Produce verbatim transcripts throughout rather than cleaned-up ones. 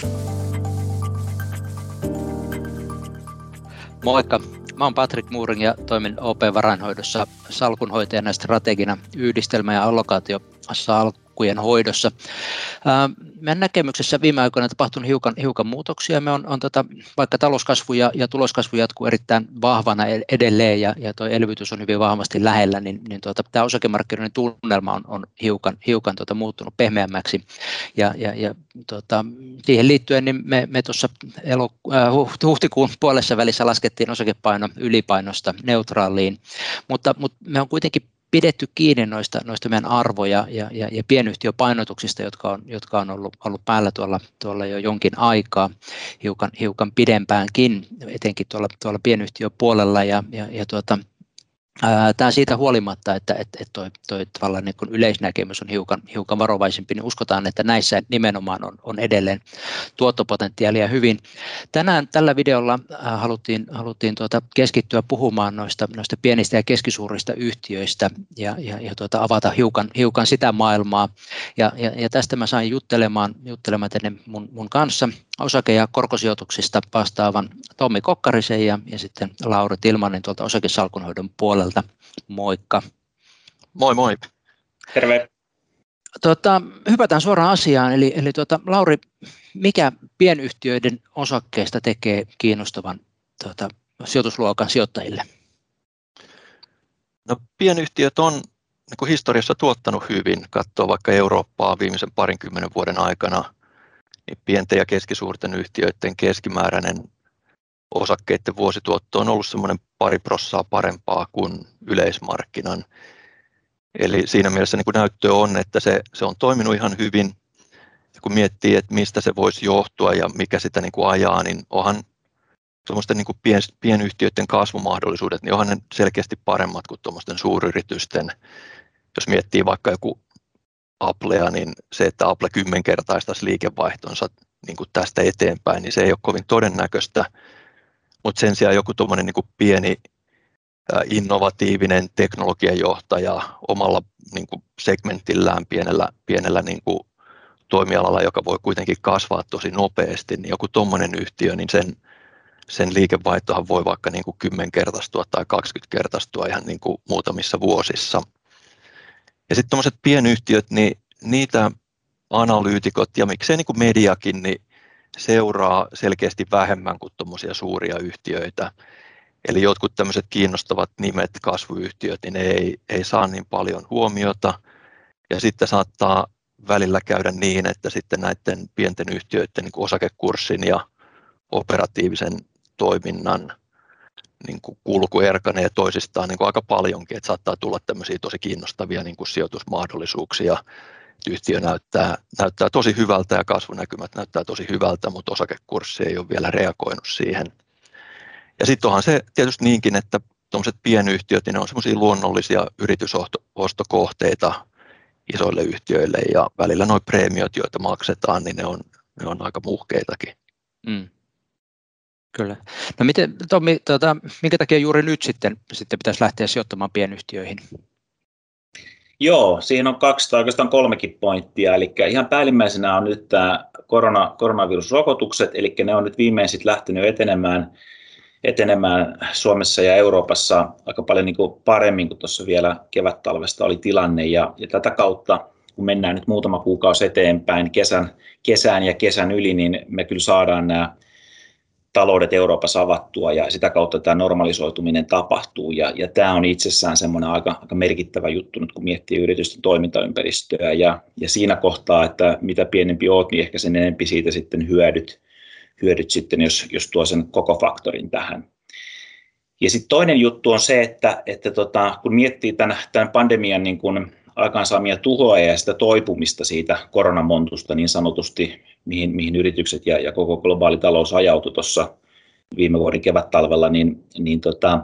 Moikka, mä oon Patrick Muuring ja toimin O P-varainhoidossa salkunhoitajana strategina yhdistelmä- ja allokaatiosalkkujen hoidossa. Meidän näkemyksessä viime aikoina on tapahtunut hiukan, hiukan muutoksia. Me on, on tota, vaikka talouskasvu ja, ja tuloskasvu jatkuu erittäin vahvana edelleen ja, ja tuo elvytys on hyvin vahvasti lähellä, niin, niin tuota, tämä osakemarkkinoiden tunnelma on, on hiukan, hiukan tuota, muuttunut pehmeämmäksi. Ja, ja, ja tuota, siihen liittyen niin me, me tuossa äh, huhtikuun puolessa välissä laskettiin osakepaino ylipainosta neutraaliin, mutta, mutta me on kuitenkin pidetty kiinni noista, noista meidän arvoja ja, ja, ja pienyhtiöpainotuksista, jotka on, jotka on ollut, ollut päällä tuolla, tuolla jo jonkin aikaa, hiukan, hiukan pidempäänkin, etenkin tuolla, tuolla pienyhtiöpuolella ja, ja, ja tuota, Tämä siitä huolimatta, että, että, että toi, toi tavallaan niin kuin yleisnäkemys on hiukan, hiukan varovaisempi, niin uskotaan, että näissä nimenomaan on, on edelleen tuottopotentiaalia hyvin. Tänään tällä videolla haluttiin, haluttiin tuota keskittyä puhumaan noista, noista pienistä ja keskisuurista yhtiöistä ja, ja, ja tuota avata hiukan, hiukan sitä maailmaa. Ja, ja, ja tästä mä sain juttelemaan, juttelemaan tänne mun, mun kanssa osake- ja korkosijoituksista vastaavan Tommi Kokkarisen ja, ja sitten Lauri Tilmanen tuolta osakesalkunhoidon puolelta. Moikka. Moi moi. Terve. Tota, hypätään suoraan asiaan. Eli, eli tuota, Lauri, mikä pienyhtiöiden osakkeista tekee kiinnostavan tuota, sijoitusluokan sijoittajille? No, pienyhtiöt on niin kuin historiassa tuottanut hyvin. Katsoo vaikka Eurooppaa viimeisen parinkymmenen vuoden aikana, niin pienten ja keskisuurten yhtiöiden keskimääräinen osakkeiden vuosituotto on ollut semmoinen pari prossaa parempaa kuin yleismarkkinan. Eli siinä mielessä niin kuin näyttö on, että se, se on toiminut ihan hyvin. Ja kun miettii, että mistä se voisi johtua ja mikä sitä niin kuin ajaa, niin onhan semmoisten niin kuin pien, pienyhtiöiden kasvumahdollisuudet, niin onhan ne selkeästi paremmat kuin tuommoisten suuryritysten. Jos miettii vaikka joku Applea, niin se, että Apple kymmenkertaistaisi liikevaihtonsa niin kuin tästä eteenpäin, niin se ei ole kovin todennäköistä. Mutta sen sijaan joku tuommoinen niin kuin pieni innovatiivinen teknologiajohtaja omalla niin kuin segmentillään pienellä, pienellä niin kuin toimialalla, joka voi kuitenkin kasvaa tosi nopeasti, niin joku tuommoinen yhtiö, niin sen, sen liikevaihtohan voi vaikka niin kuin kymmenkertaistua tai kaksikymmenkertaistua ihan niin kuin muutamissa vuosissa. Ja sitten tuommoiset pienyhtiöt, niin niitä analyytikot ja miksei niin kuin mediakin, niin seuraa selkeästi vähemmän kuin tuommoisia suuria yhtiöitä. Eli jotkut tämmöiset kiinnostavat nimet, kasvuyhtiöt, niin ne ei, ei saa niin paljon huomiota. Ja sitten saattaa välillä käydä niin, että sitten näiden pienten yhtiöiden niin kuin osakekurssin ja operatiivisen toiminnan niin kuin kulku erkanee toisistaan niin kuin aika paljonkin. Että saattaa tulla tämmöisiä tosi kiinnostavia niin kuin sijoitusmahdollisuuksia. Yhtiö näyttää, näyttää tosi hyvältä ja kasvunäkymät näyttää tosi hyvältä, mutta osakekurssi ei ole vielä reagoinut siihen. Ja sitten onhan se tietysti niinkin, että tuommoiset pienyhtiöt, niin ne on semmoisia luonnollisia yritysostokohteita isoille yhtiöille ja välillä nuo preemiot, joita maksetaan, niin ne on, ne on aika muhkeitakin. Mm. Kyllä. No miten, Tommi, tuota, minkä takia juuri nyt sitten, sitten pitäisi lähteä sijoittamaan pienyhtiöihin? Joo, siinä on kaksi tai oikeastaan kolmekin pointtia. Eli ihan päällimmäisenä on nyt tämä korona, koronavirusrokotukset, eli ne on nyt viimein sitten lähtenyt etenemään, etenemään Suomessa ja Euroopassa aika paljon niin kuin paremmin kuin tuossa vielä kevättalvesta oli tilanne. Ja, ja tätä kautta, kun mennään nyt muutama kuukausi eteenpäin kesän, kesään ja kesän yli, niin me kyllä saadaan nämä taloudet Euroopassa avattua ja sitä kautta tämä normalisoituminen tapahtuu. Ja, ja tämä on itsessään semmoinen aika, aika merkittävä juttu nyt, kun miettii yritysten toimintaympäristöä. Ja, ja siinä kohtaa, että mitä pienempi oot, niin ehkä sen enempi siitä sitten hyödyt, hyödyt sitten, jos, jos tuo sen koko faktorin tähän. Ja sitten toinen juttu on se, että, että tota, kun miettii tämän, tämän pandemian niin kun aikaansaamia tuhoja ja sitä toipumista siitä koronamontusta niin sanotusti, mihin, mihin yritykset ja, ja koko globaali talous ajautui tuossa viime vuoden kevättalvella, niin, niin, tota,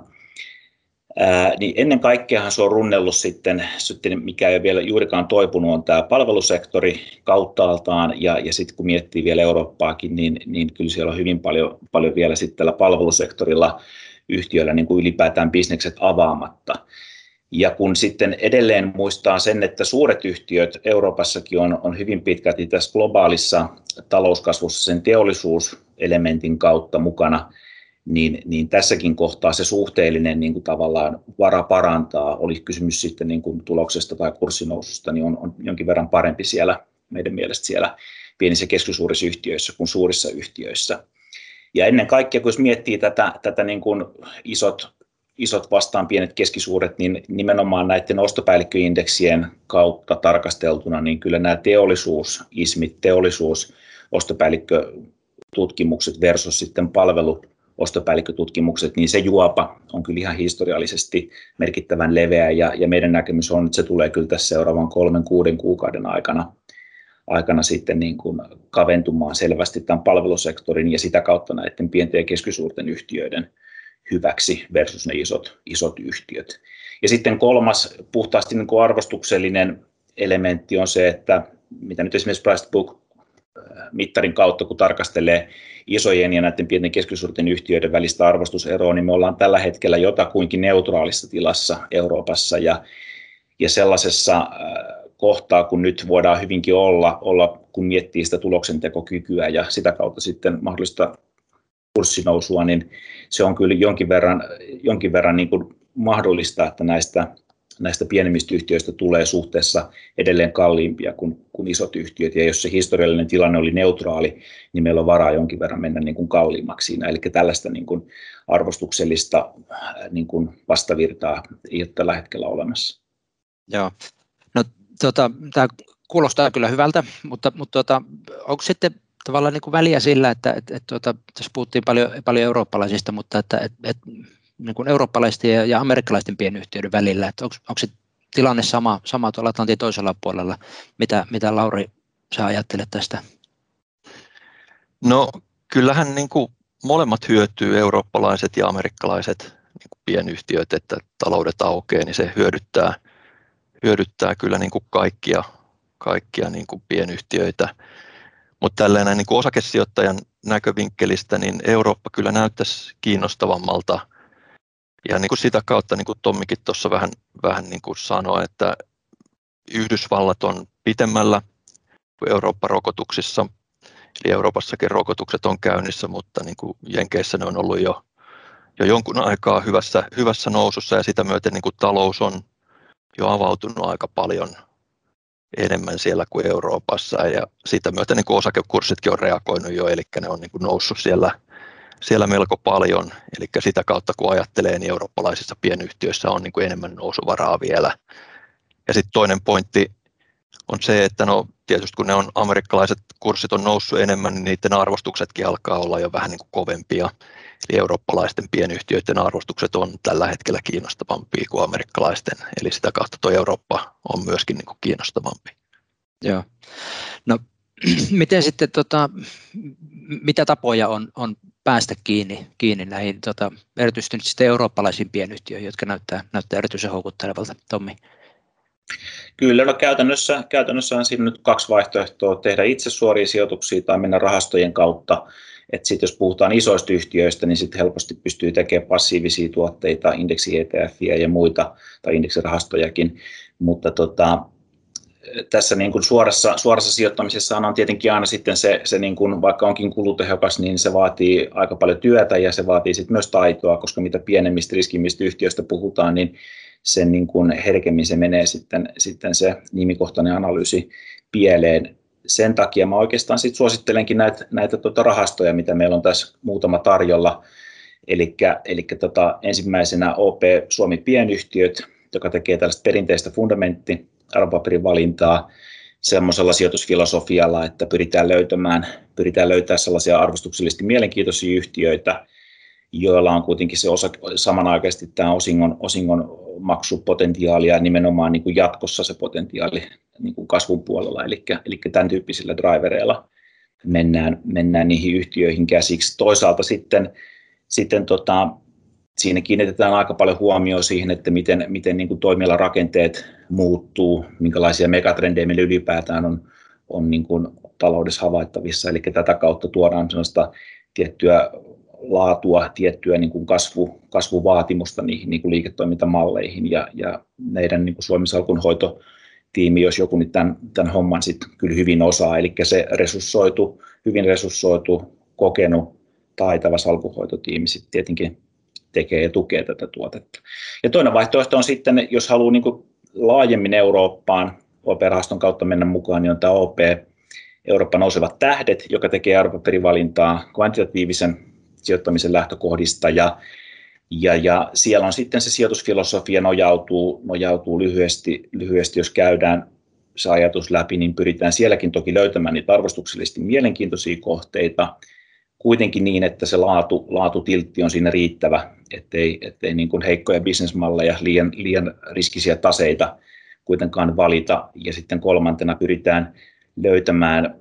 ää, niin ennen kaikkeahan se on runnellut sitten, sitten, mikä ei ole vielä juurikaan toipunut, on tämä palvelusektori kauttaaltaan, ja, ja sitten kun miettii vielä Eurooppaakin, niin, niin kyllä siellä on hyvin paljon, paljon vielä sitten tällä palvelusektorilla yhtiöillä niin kuin ylipäätään bisnekset avaamatta. Ja kun sitten edelleen muistaa sen, että suuret yhtiöt Euroopassakin on, on hyvin pitkälti tässä globaalissa talouskasvussa sen teollisuuselementin kautta mukana, niin, niin tässäkin kohtaa se suhteellinen niin kuin tavallaan vara parantaa, oli kysymys sitten niin kuin tuloksesta tai kurssinoususta, niin on, on jonkin verran parempi siellä meidän mielestä siellä pienissä ja keskisuurissa yhtiöissä kuin suurissa yhtiöissä. Ja ennen kaikkea, kun jos miettii tätä, tätä niin kuin isot, isot vastaan pienet keskisuuret, niin nimenomaan näiden ostopäällikköindeksien kautta tarkasteltuna, niin kyllä nämä teollisuusismit, teollisuus, ostopäällikkötutkimukset versus sitten palvelu, ostopäällikkötutkimukset, niin se juopa on kyllä ihan historiallisesti merkittävän leveä, ja, ja meidän näkemys on, että se tulee kyllä tässä seuraavan kolmen, kuuden kuukauden aikana, aikana sitten niin kuin kaventumaan selvästi tämän palvelusektorin ja sitä kautta näiden pienten ja keskisuurten yhtiöiden hyväksi versus ne isot, isot yhtiöt. Ja sitten kolmas puhtaasti niin kuin arvostuksellinen elementti on se, että mitä nyt esimerkiksi PriceBook-mittarin kautta, kun tarkastelee isojen ja näiden pienten keskisuurten yhtiöiden välistä arvostuseroa, niin me ollaan tällä hetkellä jotakuinkin neutraalissa tilassa Euroopassa, ja, ja sellaisessa kohtaa, kun nyt voidaan hyvinkin olla, olla, kun miettii sitä tuloksentekokykyä ja sitä kautta sitten mahdollista kurssinousua, niin se on kyllä jonkin verran, jonkin verran niin kuin mahdollista, että näistä, näistä pienemmistä yhtiöistä tulee suhteessa edelleen kalliimpia kuin, kuin isot yhtiöt, ja jos se historiallinen tilanne oli neutraali, niin meillä on varaa jonkin verran mennä niin kuin kalliimmaksi siinä, eli tällaista niin kuin arvostuksellista niin kuin vastavirtaa ei ole tällä hetkellä olemassa. Joo. No, tota, tämä kuulostaa kyllä hyvältä, mutta, mutta tota, onko sitten tavallaan niin kuin väliä sillä, että et, et, tuota, tässä puhuttiin paljon, paljon eurooppalaisista, mutta että et, et, niin kuin eurooppalaisten ja, ja amerikkalaisten pienyhtiöiden välillä, että onko, onko se tilanne sama, sama tuolla Atlantin toisella puolella, mitä, mitä Lauri, sä ajattelet tästä? No kyllähän niin kuin molemmat hyötyy, eurooppalaiset ja amerikkalaiset niin kuin pienyhtiöt, että taloudet aukeaa, niin se hyödyttää, hyödyttää kyllä niin kuin kaikkia, kaikkia niin kuin pienyhtiöitä. Mutta tällainen niin kuin osakesijoittajan näkövinkkelistä, niin Eurooppa kyllä näyttäisi kiinnostavammalta. Ja niin kuin sitä kautta, niin kuin Tommikin tuossa vähän, vähän niin kuin sanoi, että Yhdysvallat on pitemmällä kuin Eurooppa-rokotuksissa. Eli Euroopassakin rokotukset on käynnissä, mutta niin kuin Jenkeissä ne on ollut jo, jo jonkun aikaa hyvässä, hyvässä nousussa, ja sitä myöten niin kuin talous on jo avautunut aika paljon enemmän siellä kuin Euroopassa, ja sitä myöten niin kuin osakekurssitkin on reagoinut jo, eli ne on niin kuin noussut siellä, siellä melko paljon, eli sitä kautta kun ajattelee, niin eurooppalaisissa pienyhtiöissä on niin kuin enemmän nousuvaraa vielä. Ja sitten toinen pointti on se, että no tietysti kun ne on amerikkalaiset kurssit on noussut enemmän, niin niiden arvostuksetkin alkaa olla jo vähän niin kuin kovempia. Eli eurooppalaisten pienyhtiöiden arvostukset on tällä hetkellä kiinnostavampia kuin amerikkalaisten, eli sitä kautta tuo Eurooppa on myöskin niin kuin kiinnostavampi. Joo. No miten sitten, tota, mitä tapoja on, on päästä kiinni, kiinni näihin tota, erityisesti nyt sitten eurooppalaisiin pienyhtiöihin, jotka näyttää, näyttää erityisen houkuttelevalta, Tommi? Kyllä, no käytännössä, käytännössä on siinä nyt kaksi vaihtoehtoa, tehdä itse suoria sijoituksia tai mennä rahastojen kautta. Että sit jos puhutaan isoista yhtiöistä, niin sit helposti pystyy tekemään passiivisia tuotteita, indeksi-E T F:iä ja muita, tai indeksirahastojakin, mutta tota, tässä niin kuin suorassa, suorassa sijoittamisessa on tietenkin aina sitten se, se niin kuin, vaikka onkin kulutehokas, niin se vaatii aika paljon työtä ja se vaatii sitten myös taitoa, koska mitä pienemmistä riskimmistä yhtiöistä puhutaan, niin sen niin kuin herkemmin se menee sitten, sitten se nimikohtainen analyysi pieleen. Sen takia mä oikeastaan sit suosittelenkin näitä, näitä tota rahastoja, mitä meillä on tässä muutama tarjolla. Elikkä, elikkä tota, ensimmäisenä O P Suomi Pienyhtiöt, joka tekee tällaista perinteistä fundamentti arvopaperin valintaa semmoisella sijoitusfilosofialla, että pyritään löytämään, pyritään löytämään sellaisia arvostuksellisesti mielenkiintoisia yhtiöitä, joilla on kuitenkin se osa, samanaikaisesti tämä osingon, osingon maksupotentiaali ja nimenomaan niin kuin jatkossa se potentiaali niin kuin kasvun puolella, eli, eli tämän tyyppisillä drivereilla mennään, mennään niihin yhtiöihin käsiksi. Toisaalta sitten, sitten tota, siinä kiinnitetään aika paljon huomioon siihen, että miten, miten niin kuin toimialarakenteet muuttuu, minkälaisia megatrendejä meillä ylipäätään on, on niin kuin taloudessa havaittavissa, eli tätä kautta tuodaan sellaista tiettyä laatua, tiettyä niin kuin kasvu, kasvuvaatimusta niihin niin kuin liiketoimintamalleihin, ja, ja meidän niin kuin Suomen salkunhoitotiimi, jos joku nyt tämän, tämän homman sitten kyllä hyvin osaa, eli se resurssoitu, hyvin resurssoitu, kokenut, taitava salkunhoitotiimi sitten tietenkin tekee ja tukee tätä tuotetta. Ja toinen vaihtoehto on sitten, jos haluaa niin kuin laajemmin Eurooppaan O P-rahaston kautta mennä mukaan, niin on tämä O P, Eurooppa nousevat tähdet, joka tekee arvopaperivalintaa kvantitatiivisen sijoittamisen lähtökohdista, ja, ja, ja siellä on sitten se sijoitusfilosofia nojautuu, nojautuu lyhyesti, lyhyesti, jos käydään se ajatus läpi, niin pyritään sielläkin toki löytämään niitä arvostuksellisesti mielenkiintoisia kohteita, kuitenkin niin, että se laatu, laatutiltti on siinä riittävä, ettei, ettei niin kuin heikkoja bisnesmalleja, liian, liian riskisiä taseita kuitenkaan valita, ja sitten kolmantena pyritään löytämään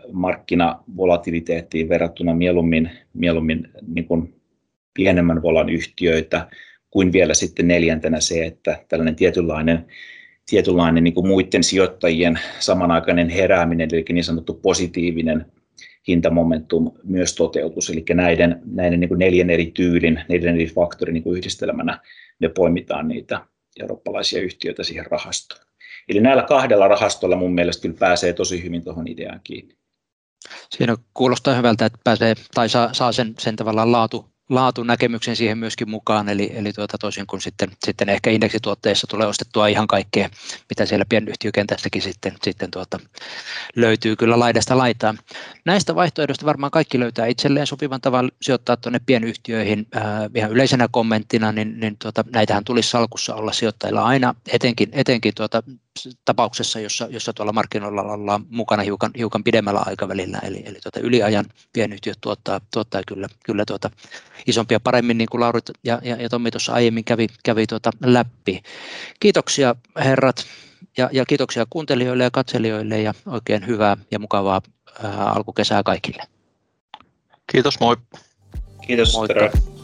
markkinavolatiliteettiin verrattuna mieluummin, mieluummin niin kuin pienemmän volan yhtiöitä, kuin vielä sitten neljäntenä se, että tällainen tietynlainen, tietynlainen niin kuin muiden sijoittajien samanaikainen herääminen, eli niin sanottu positiivinen hintamomentum myös toteutus, eli näiden, näiden niin kuin neljän eri tyylin, neljän eri faktorin niin kuin yhdistelmänä ne poimitaan niitä eurooppalaisia yhtiöitä siihen rahastoon. Eli näillä kahdella rahastolla mun mielestä kyllä pääsee tosi hyvin tuohon ideaan kiinni. Siinä kuulostaa hyvältä, että pääsee tai saa, saa sen, sen tavallaan laatu, laatunäkemyksen siihen myöskin mukaan, eli, eli tuota, toisin kuin sitten, sitten ehkä indeksituotteissa tulee ostettua ihan kaikkea, mitä siellä pienyhtiökentässäkin sitten, sitten tuota, löytyy kyllä laidasta laitaan. Näistä vaihtoehdoista varmaan kaikki löytää itselleen sopivan tavan sijoittaa tuonne pienyhtiöihin. Äh, ihan yleisenä kommenttina, niin, niin tuota, näitähän tulisi salkussa olla sijoittajilla aina, etenkin, etenkin tuota, tapauksessa, jossa, jossa tuolla markkinoilla ollaan mukana hiukan, hiukan pidemmällä aikavälillä, eli, eli tuota, yliajan pienyhtiöt tuottaa, tuottaa kyllä, kyllä tuota, isompia paremmin, niin kuin Lauri ja, ja, ja Tommi tuossa aiemmin kävi, kävi tuota läpi. Kiitoksia herrat, ja, ja kiitoksia kuuntelijoille ja katselijoille, ja oikein hyvää ja mukavaa ää, alkukesää kaikille. Kiitos, moi. Kiitos. Moikka.